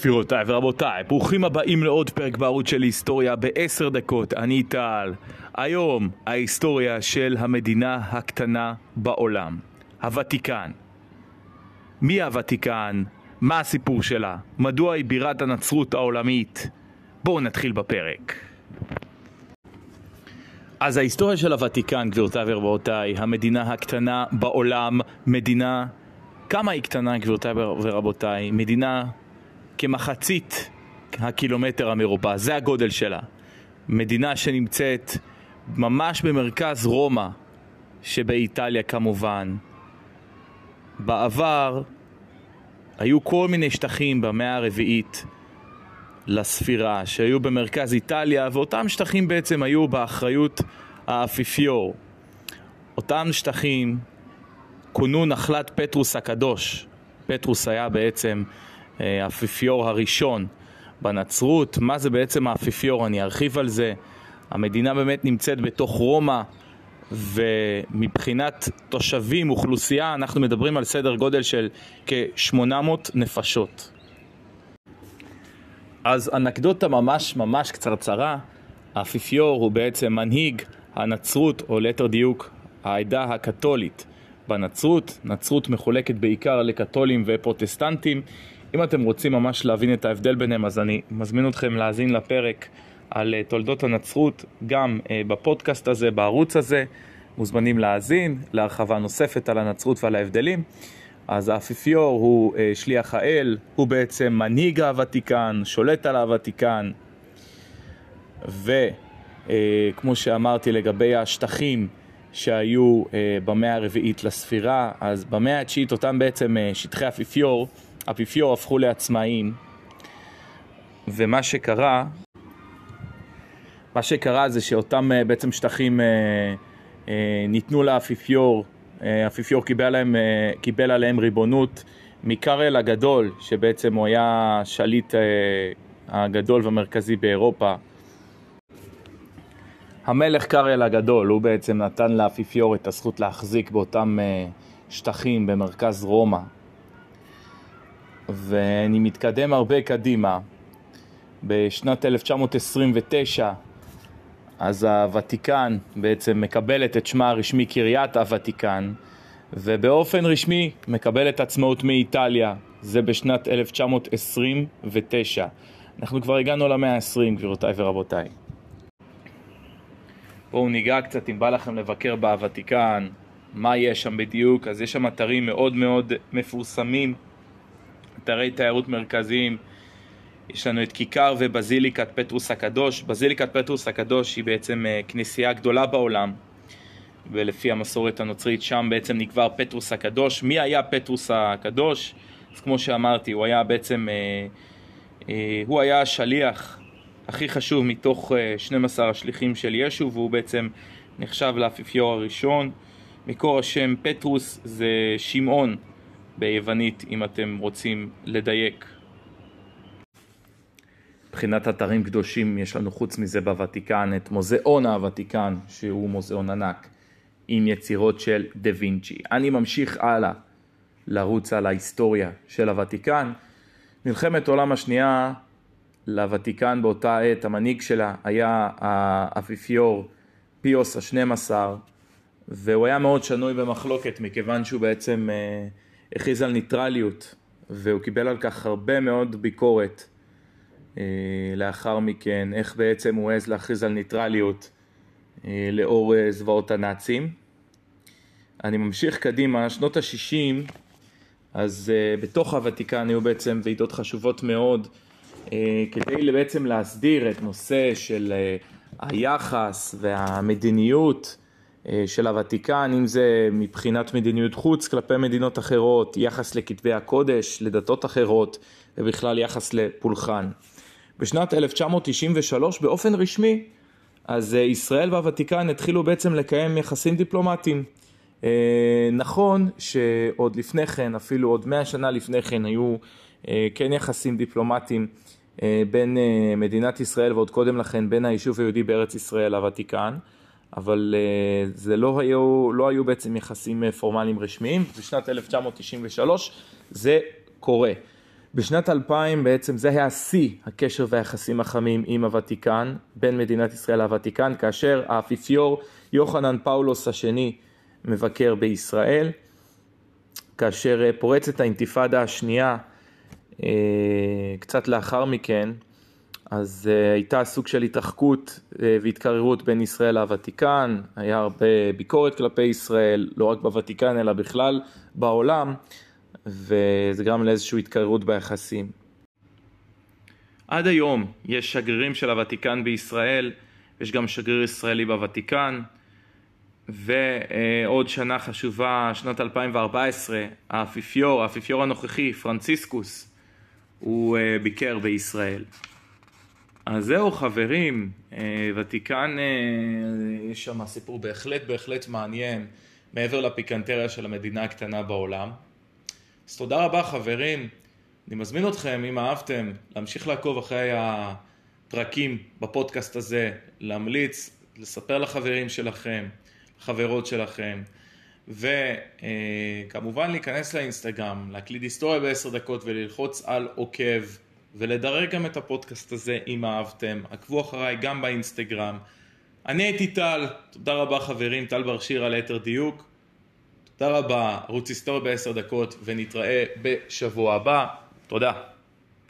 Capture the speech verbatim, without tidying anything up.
גבירותיי ורבותיי, ברוכים הבאים לעוד פרק בערוץ של היסטוריה בעשר דקות. אני טל. היום ההיסטוריה של המדינה הקטנה בעולם, הוותיקן. מי הוותיקן? מה הסיפור שלה? מדוע היא בירת הנצרות העולמית? בואו נתחיל בפרק. אז ההיסטוריה של הוותיקן, גבירותיי ורבותיי, המדינה הקטנה בעולם, מדינה, כמה היא קטנה גבירותיי ורבותיי? מדינה כמחצית הקילומטר המרובע, זה הגודל שלה. מדינה שנמצאת ממש במרכז רומא שבאיטליה כמובן. בעבר היו כל מיני שטחים במאה הרביעית לספירה שהיו במרכז איטליה, ואותם שטחים בעצם היו באחריות האפיפיור. אותם שטחים כונו נחלת פטרוס הקדוש. פטרוס היה בעצם האפיפיור הראשון בנצרות. מה זה בעצם האפיפיור? אני ארחיב על זה. המדינה באמת נמצאת בתוך רומא, ומבחינת תושבים, אוכלוסייה, אנחנו מדברים על סדר גודל של כ-שמונה מאות נפשות. אז אנקדוטה ממש ממש קצרצרה, האפיפיור הוא בעצם מנהיג הנצרות, או ליתר דיוק העדה הקתולית בנצרות. נצרות מחולקת בעיקר לקתולים ופרוטסטנטים. אם אתם רוצים ממש להבין את ההבדל ביניהם, אז אני מזמין אתכם להאזין לפרק על תולדות הנצרות, גם בפודקאסט הזה, בערוץ הזה. מוזמנים להאזין להרחבה נוספת על הנצרות ועל ההבדלים. אז האפיפיור הוא שליח האל, הוא בעצם מנהיג הוותיקן, שולט על הוותיקן. וכמו שאמרתי לגבי השטחים שהיו במאה הרביעית לספירה, אז במאה התשיעית אותם בעצם שטחי אפיפיור, אפיפיור הפכו לעצמאיים. ומה שקרה, מה שקרה זה שאותם בעצם שטחים ניתנו לאפיפיור, האפיפיור קיבל עליהם, קיבל עליהם ריבונות מקארל הגדול, שבעצם הוא היה שליט הגדול והמרכזי באירופה. המלך קארל הגדול, הוא בעצם נתן לאפיפיור את הזכות להחזיק באותם שטחים במרכז רומא. ואני מתקדם הרבה קדימה. בשנת אלף תשע מאות עשרים ותשע, אז הוותיקן בעצם מקבלת את שמה הרשמי קריית הוותיקן, ובאופן רשמי מקבלת עצמאות מאיטליה. זה בשנת אלף תשע מאות עשרים ותשע. אנחנו כבר הגענו למאה ה-עשרים, גבירותיי ורבותיי. בואו ניגע קצת, אם בא לכם לבקר בוותיקן, מה יש שם בדיוק. אז יש שם אתרים מאוד מאוד מפורסמים, אתרי תיירות מרכזיים. יש לנו את כיכר ובזיליקת פטרוס הקדוש. בזיליקת פטרוס הקדוש היא בעצם כנסייה גדולה בעולם, ולפי המסורת הנוצרית שם בעצם נקבר פטרוס הקדוש. מי היה פטרוס הקדוש? אז כמו שאמרתי, הוא היה בעצם אה, אה, הוא היה השליח הכי חשוב מתוך אה, שנים עשר השליחים של ישו, והוא בעצם נחשב לאפיפיור הראשון. מקור השם פטרוס זה שמעון ביוונית, אם אתם רוצים לדייק. מבחינת אתרים קדושים יש לנו חוץ מזה בוותיקן את מוזיאון הוותיקן, שהוא מוזיאון ענק עם יצירות של דה וינצ'י. אני ממשיך הלאה לרוץ על ההיסטוריה של הוותיקן. מלחמת העולם השנייה, לוותיקן באותה עת המנהיג שלה היה האפיפיור פיוס ה-שנים עשר, והוא היה מאוד שנוי במחלוקת מכיוון שהוא בעצם אה, הכריז על ניטרליות, והוא קיבל על כך הרבה מאוד ביקורת לאחר מכן, איך בעצם הוא עז להכריז על ניטרליות לאור זוועות הנאצים. אני ממשיך קדימה, שנות ה-שישים, אז בתוך הוותיקן היו בעצם ועידות חשובות מאוד, כדי בעצם להסדיר את נושא של היחס והמדיניות של הוותיקן, אם זה מבחינת מדיניות חוץ כלפי מדינות אחרות, יחס לכתבי הקודש, לדתות אחרות, ובכלל יחס לפולחן. בשנת אלף תשע מאות תשעים ושלוש באופן רשמי, אז ישראל והוותיקן התחילו בעצם לקיים יחסים דיפלומטיים. נכון שעוד לפני כן, אפילו עוד מאה שנה לפני כן, היו כן יחסים דיפלומטיים בין מדינת ישראל ועוד קודם לכן בין היישוב היהודי בארץ ישראל לוותיקן, אבל זה לא היו, לא היו בעצם יחסים פורמליים רשמיים. בשנת אלף תשע מאות תשעים ושלוש זה קורה. בשנת אלפיים בעצם זה היה השיא הקשר והיחסים החמים עם הוותיקן, בין מדינת ישראל לוותיקן, כאשר האפיפיור יוחנן פאולוס השני מבקר בישראל, כאשר פורצת האינתיפאדה השנייה, קצת לאחר מכן, אז הייתה סוג של התרחקות והתקררות בין ישראל לוותיקן, היה הרבה ביקורת כלפי ישראל, לא רק בוותיקן אלא בכלל בעולם, וזה גרם לאיזושהי התקררות ביחסים. עד היום יש שגרירים של הוותיקן בישראל, יש גם שגריר ישראלי בוותיקן, ועוד שנה חשובה, שנת אלפיים וארבע עשרה, האפיפיור, האפיפיור הנוכחי, פרנציסקוס, הוא ביקר בישראל. אז זהו חברים, ותיקן, יש שם סיפור בהחלט בהחלט מעניין, מעבר לפיקנטריה של המדינה הקטנה בעולם. אז תודה רבה חברים, אני מזמין אתכם אם אהבתם להמשיך לעקוב אחרי הפרקים בפודקאסט הזה, להמליץ, לספר לחברים שלכם, לחברות שלכם, וכמובן להיכנס לאינסטגרם, להקליד היסטוריה בעשר דקות וללחוץ על עוקב, ולדרג גם את הפודקאסט הזה אם אהבתם. עקבו אחריי גם באינסטגרם. אני הייתי טל, תודה רבה חברים, טל ברשיר על היתר דיוק. תודה רבה, ערוץ היסטוריה בעשר דקות, ונתראה בשבוע הבא. תודה.